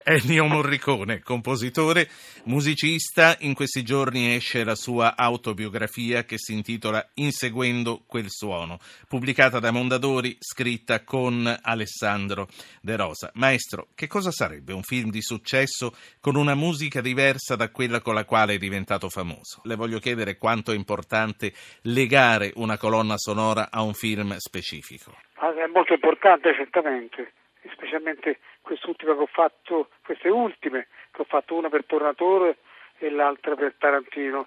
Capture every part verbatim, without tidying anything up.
Ennio Morricone, compositore, musicista, in questi giorni esce la sua autobiografia che si intitola Inseguendo quel suono, pubblicata da Mondadori, scritta con Alessandro De Rosa. Maestro, che cosa sarebbe un film di successo con una musica diversa da quella con la quale è diventato famoso? Le voglio chiedere quanto è importante legare una colonna sonora a un film specifico. È molto importante, certamente. Specialmente quest'ultima che ho fatto, queste ultime che ho fatto, una per Tornatore e l'altra per Tarantino.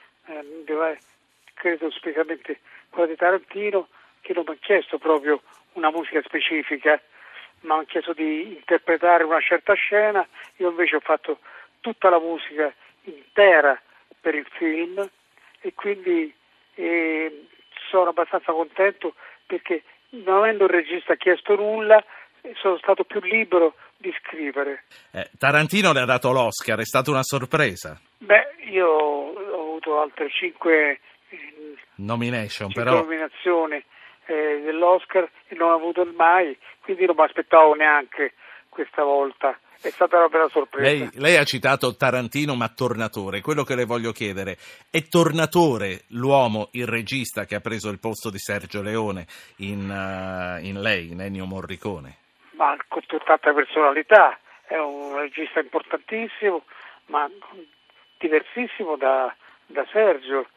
Eh, deve, credo specialmente quella di Tarantino, che non mi ha chiesto proprio una musica specifica, ma mi ha chiesto di interpretare una certa scena. Io invece ho fatto tutta la musica intera per il film e quindi eh, sono abbastanza contento perché non avendo il regista chiesto nulla sono stato più libero di scrivere. Eh, Tarantino le ha dato l'Oscar, è stata una sorpresa. Beh, io ho avuto altre cinque eh, nomination, cinque però nominazioni eh, dell'Oscar e non ho avuto mai, quindi non mi aspettavo neanche questa volta. È stata una bella sorpresa. Lei, lei ha citato Tarantino, ma Tornatore. Quello che le voglio chiedere, è Tornatore l'uomo, il regista che ha preso il posto di Sergio Leone in, uh, in lei, in Ennio Morricone? Ma con tutta personalità, è un regista importantissimo, ma diversissimo da, da Sergio.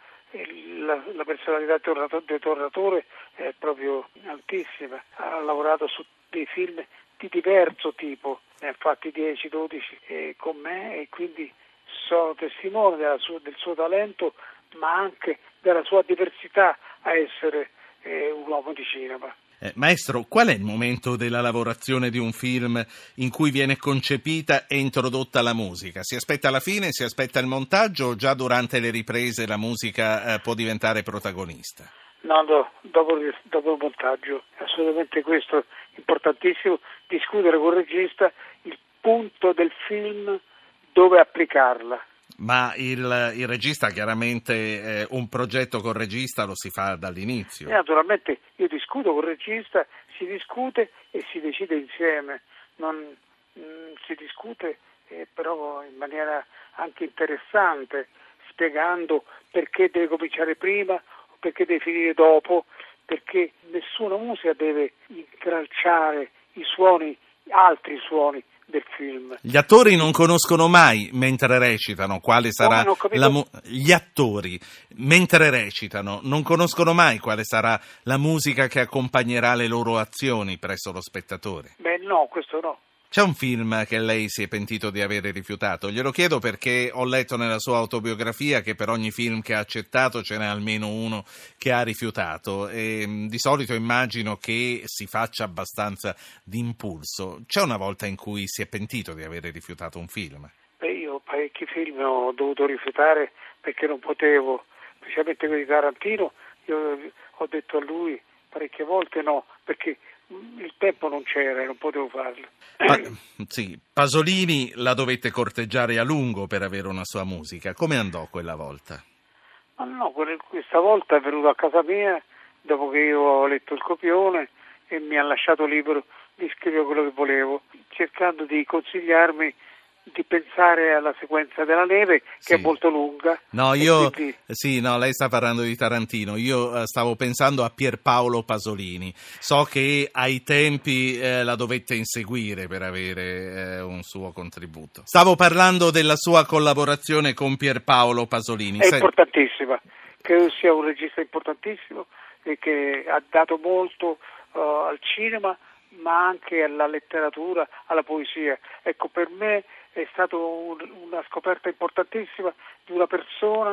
La, la personalità di Tornatore è proprio altissima. Ha lavorato su dei film di diverso tipo, ne ha fatti dieci dodici eh, con me e quindi sono testimone della sua, del suo talento, ma anche della sua diversità a essere eh, un uomo di cinema. Eh, maestro, qual è il momento della lavorazione di un film in cui viene concepita e introdotta la musica? Si aspetta alla fine, si aspetta il montaggio o già durante le riprese la musica eh, può diventare protagonista? No, no, dopo, dopo il montaggio, assolutamente questo importantissimo, discutere con il regista il punto del film dove applicarla. Ma il, il regista chiaramente eh, un progetto col regista lo si fa dall'inizio. E naturalmente io discuto con il regista, si discute e si decide insieme, non mh, si discute eh, però in maniera anche interessante, spiegando perché deve cominciare prima o perché deve finire dopo, perché nessuna musica deve intralciare i suoni, altri suoni del film. Gli attori non conoscono mai, mentre recitano, quale sarà no, la mu- gli attori, mentre recitano, non conoscono mai quale sarà la musica che accompagnerà le loro azioni presso lo spettatore. Beh, no, questo no. C'è un film che lei si è pentito di avere rifiutato? Glielo chiedo perché ho letto nella sua autobiografia che per ogni film che ha accettato ce n'è almeno uno che ha rifiutato e di solito immagino che si faccia abbastanza d'impulso. C'è una volta in cui si è pentito di avere rifiutato un film? Beh, io parecchi film ho dovuto rifiutare perché non potevo, specialmente quelli di Tarantino, io ho detto a lui parecchie volte no, perché il tempo non c'era e non potevo farlo. Pa- sì, Pasolini la dovette corteggiare a lungo per avere una sua musica. Come andò quella volta? Ma no, questa volta è venuto a casa mia dopo che io ho letto il copione e mi ha lasciato libero di scrivere quello che volevo, cercando di consigliarmi di pensare alla sequenza della neve, che sì. È molto lunga. No, io quindi... sì, no, lei sta parlando di Tarantino. Io uh, stavo pensando a Pierpaolo Pasolini. So che ai tempi eh, la dovette inseguire per avere eh, un suo contributo. Stavo parlando della sua collaborazione con Pierpaolo Pasolini. È Se... importantissima. Credo sia un regista importantissimo e che ha dato molto uh, al cinema, ma anche alla letteratura, alla poesia. Ecco, per me è stata un, una scoperta importantissima di una persona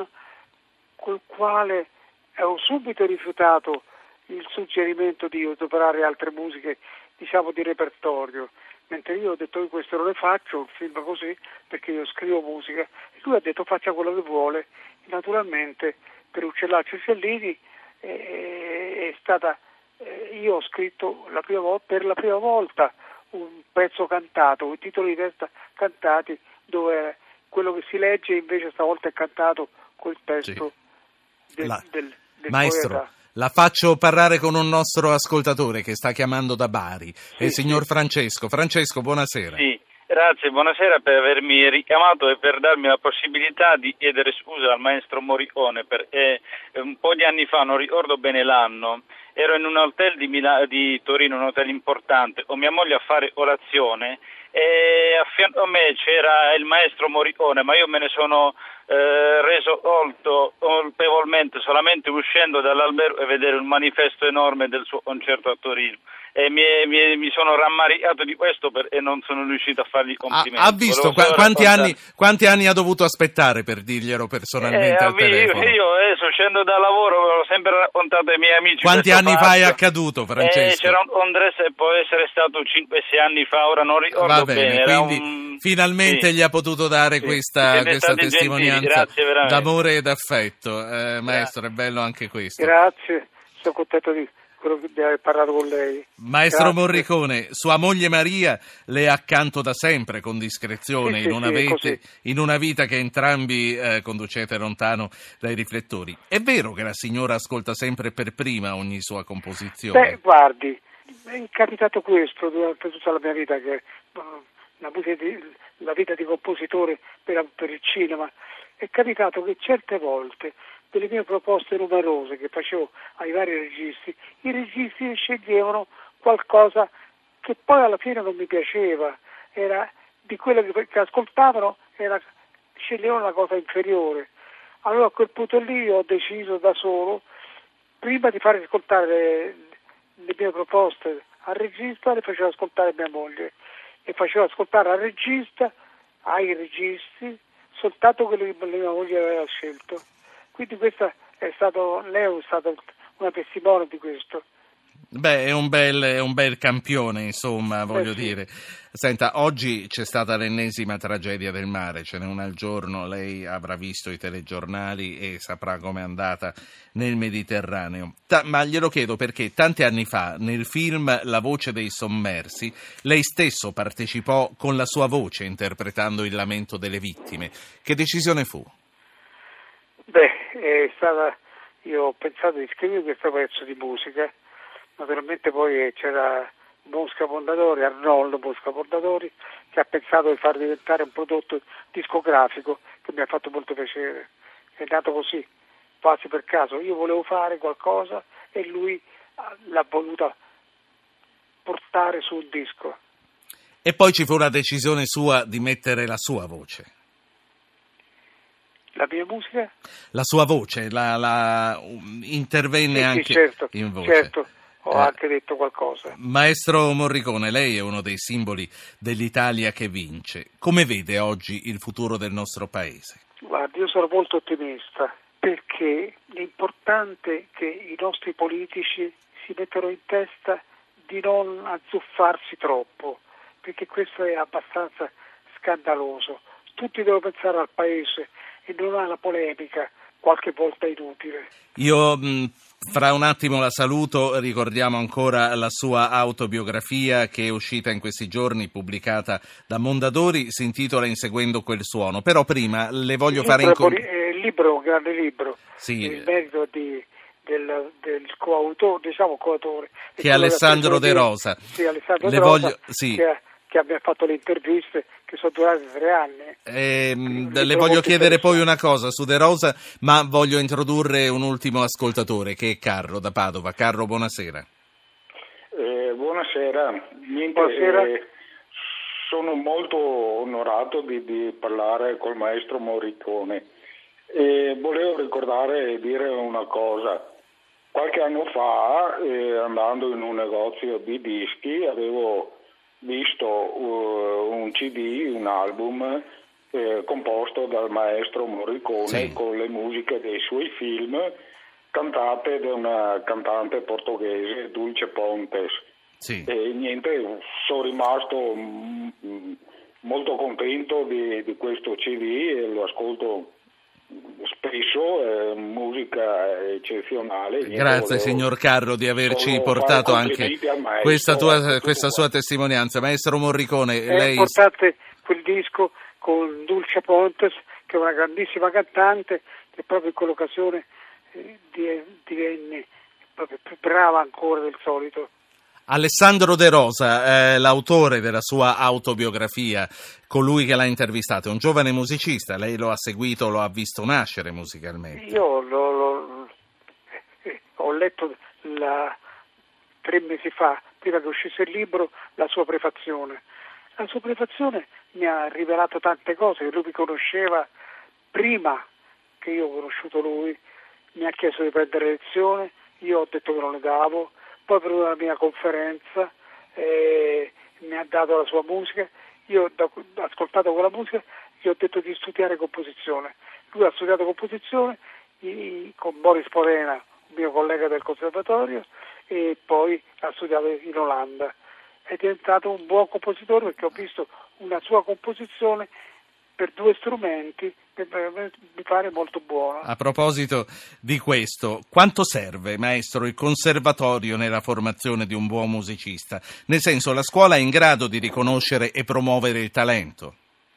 col quale ho subito rifiutato il suggerimento di adoperare altre musiche, diciamo di repertorio, mentre io ho detto che questo non le faccio, un film così, perché io scrivo musica, e lui ha detto faccia quello che vuole, e naturalmente per Uccellaccio e Cellini è, è stata Eh, io ho scritto la prima volta, per la prima volta un pezzo cantato, i titoli di testa cantati, dove quello che si legge invece stavolta è cantato col testo sì. del, la... del, del Maestro, poeta. La faccio parlare con un nostro ascoltatore che sta chiamando da Bari, sì, il signor sì. Francesco. Francesco, buonasera. Sì, Grazie, buonasera per avermi richiamato e per darmi la possibilità di chiedere scusa al maestro Morricone, perché un po' di anni fa, non ricordo bene l'anno, ero in un hotel di, Mila- di Torino, un hotel importante, con mia moglie a fare colazione e a fianco a me c'era il maestro Morricone, ma io me ne sono eh, reso conto colpevolmente solamente uscendo dall'albergo e vedere un manifesto enorme del suo concerto a Torino. E mi, mi, mi sono rammaricato di questo per, e non sono riuscito a fargli complimenti. Ha, ha visto qu- quanti, anni, quanti anni ha dovuto aspettare per dirglielo personalmente eh, al telefono? Io, io adesso scendo dal lavoro, l'ho sempre raccontato ai miei amici. Quanti anni fatto. fa è accaduto, Francesco? Eh, c'era un congresso e può essere stato cinque sei anni fa, ora non ricordo Va bene, bene. quindi un... finalmente sì. gli ha potuto dare sì. questa, questa testimonianza Grazie, d'amore e d'affetto. Eh, maestro, è bello anche questo. Grazie, sono contento di quello di aver parlato con lei. Maestro Grazie. Morricone, sua moglie Maria le è accanto da sempre con discrezione, Sì, sì, in, una sì, vete, in una vita che entrambi eh, conducete lontano dai riflettori. È vero che la signora ascolta sempre per prima ogni sua composizione? Beh, guardi, è capitato questo durante tutta la mia vita, che la vita di, la vita di compositore per, per il cinema. È capitato che certe volte delle mie proposte numerose che facevo ai vari registi, i registi sceglievano qualcosa che poi alla fine non mi piaceva, era di quello che, che ascoltavano, era, sceglievano una cosa inferiore. Allora a quel punto lì ho deciso da solo, prima di fare ascoltare le, le mie proposte al regista, le facevo ascoltare mia moglie e facevo ascoltare al regista, ai registi, soltanto quello che mia moglie aveva scelto. Quindi questa è stato, lei è stata una testimone di questo. Beh, è un bel, è un bel campione, insomma, voglio Beh, sì. dire. Senta, oggi c'è stata l'ennesima tragedia del mare, ce n'è una al giorno, lei avrà visto i telegiornali e saprà com'è andata nel Mediterraneo. Ta- ma glielo chiedo perché tanti anni fa, nel film La voce dei sommersi, lei stesso partecipò con la sua voce interpretando il lamento delle vittime. Che decisione fu? Beh, è stata, io ho pensato di scrivere questo pezzo di musica, naturalmente poi c'era Mosca Mondadori, Arnoldo Mosca Mondadori, che ha pensato di far diventare un prodotto discografico che mi ha fatto molto piacere. È nato così, quasi per caso. Io volevo fare qualcosa e lui l'ha voluta portare su un disco. E poi ci fu una decisione sua di mettere la sua voce. La mia musica? La sua voce, la, la, um, intervenne Sì, anche sì, certo, in voce. certo, ho Eh, anche detto qualcosa. Maestro Morricone, lei è uno dei simboli dell'Italia che vince. Come vede oggi il futuro del nostro paese? Guardi, io sono molto ottimista perché l'importante è che i nostri politici si mettano in testa di non azzuffarsi troppo, perché questo è abbastanza scandaloso. Tutti devono pensare al paese e non alla polemica, qualche volta inutile. Io mh, fra un attimo la saluto, ricordiamo ancora la sua autobiografia che è uscita in questi giorni, pubblicata da Mondadori, si intitola Inseguendo quel suono, però prima le voglio il fare libro, in... è il libro, un grande libro, Sì. il merito di, del, del coautore, diciamo coautore. Che è Alessandro De Rosa. Sì, Alessandro le De Rosa, voglio... sì. che, che abbia fatto le interviste che sono durate tre anni. Eh, le voglio chiedere poi una cosa su De Rosa, ma voglio introdurre un ultimo ascoltatore che è Carlo da Padova. Carlo, buonasera. Eh, buonasera. Niente, Buonasera. Eh, sono molto onorato di, di parlare col maestro Morricone. Eh, volevo ricordare e dire una cosa. Qualche anno fa, eh, andando in un negozio di dischi, avevo visto uh, un C D, un album eh, composto dal maestro Morricone, sì, con le musiche dei suoi film cantate da una cantante portoghese, Dulce Pontes. Sì. E niente, sono rimasto m- molto contento di, di questo C D e lo ascolto spesso, è musica eccezionale. Grazie signor Carlo di averci portato anche questa, tua, questa sua testimonianza. Maestro Morricone, è lei... importante quel disco con Dulce Pontes, che è una grandissima cantante, che proprio in quell'occasione eh, divenne proprio più brava ancora del solito. Alessandro De Rosa, eh, l'autore della sua autobiografia, colui che l'ha intervistato, è un giovane musicista, lei lo ha seguito, lo ha visto nascere musicalmente. Io lo, lo, eh, ho letto la, tre mesi fa, prima che uscisse il libro, la sua prefazione. La sua prefazione mi ha rivelato tante cose che lui mi conosceva prima che io ho conosciuto lui, mi ha chiesto di prendere lezione, io ho detto che non le davo, poi per una mia conferenza eh, mi ha dato la sua musica, io ho ascoltato quella musica, gli ho detto di studiare composizione. Lui ha studiato composizione i, con Boris Porena, un mio collega del conservatorio, e poi ha studiato in Olanda. È diventato un buon compositore perché ho visto una sua composizione per due strumenti che mi pare molto buona. A proposito di questo, quanto serve, maestro, il conservatorio nella formazione di un buon musicista? Nel senso, la scuola è in grado di riconoscere e promuovere il talento?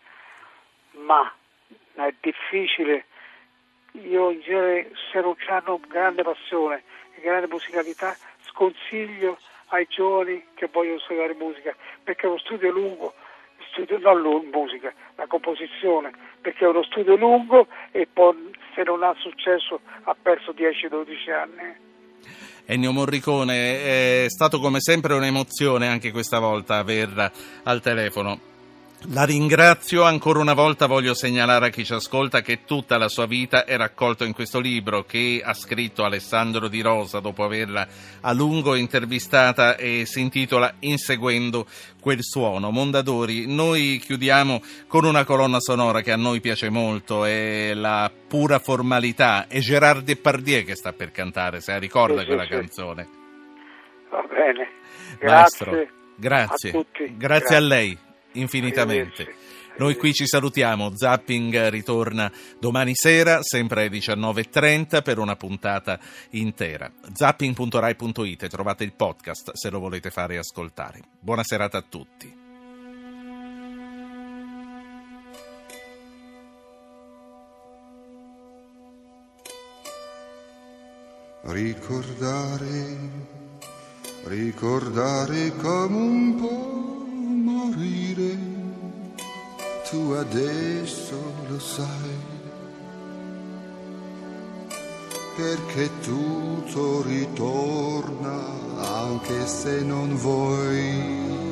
Ma è difficile. Io in genere, se non hanno grande passione e grande musicalità, sconsiglio ai giovani che vogliono studiare musica, perché è uno studio lungo. Studio, non la musica, la composizione, perché è uno studio lungo e poi se non ha successo ha perso dieci dodici anni. Ennio Morricone, è stato come sempre un'emozione anche questa volta averla al telefono. La ringrazio, ancora una volta voglio segnalare a chi ci ascolta che tutta la sua vita è raccolta in questo libro che ha scritto Alessandro Di Rosa dopo averla a lungo intervistata e si intitola Inseguendo quel suono. Mondadori, noi chiudiamo con una colonna sonora che a noi piace molto, è la pura formalità, è Gérard Depardieu che sta per cantare, se la ricorda sì, quella sì, canzone. Va bene, grazie. Maestro, grazie, a tutti. Grazie, grazie a lei. Infinitamente. Noi qui ci salutiamo. Zapping ritorna domani sera, sempre alle diciannove e trenta, per una puntata intera. zapping punto rai punto it, trovate il podcast se lo volete fare ascoltare. Buona serata a tutti. Ricordare, ricordare come un po' morire, tu adesso lo sai, perché tutto ritorna anche se non vuoi.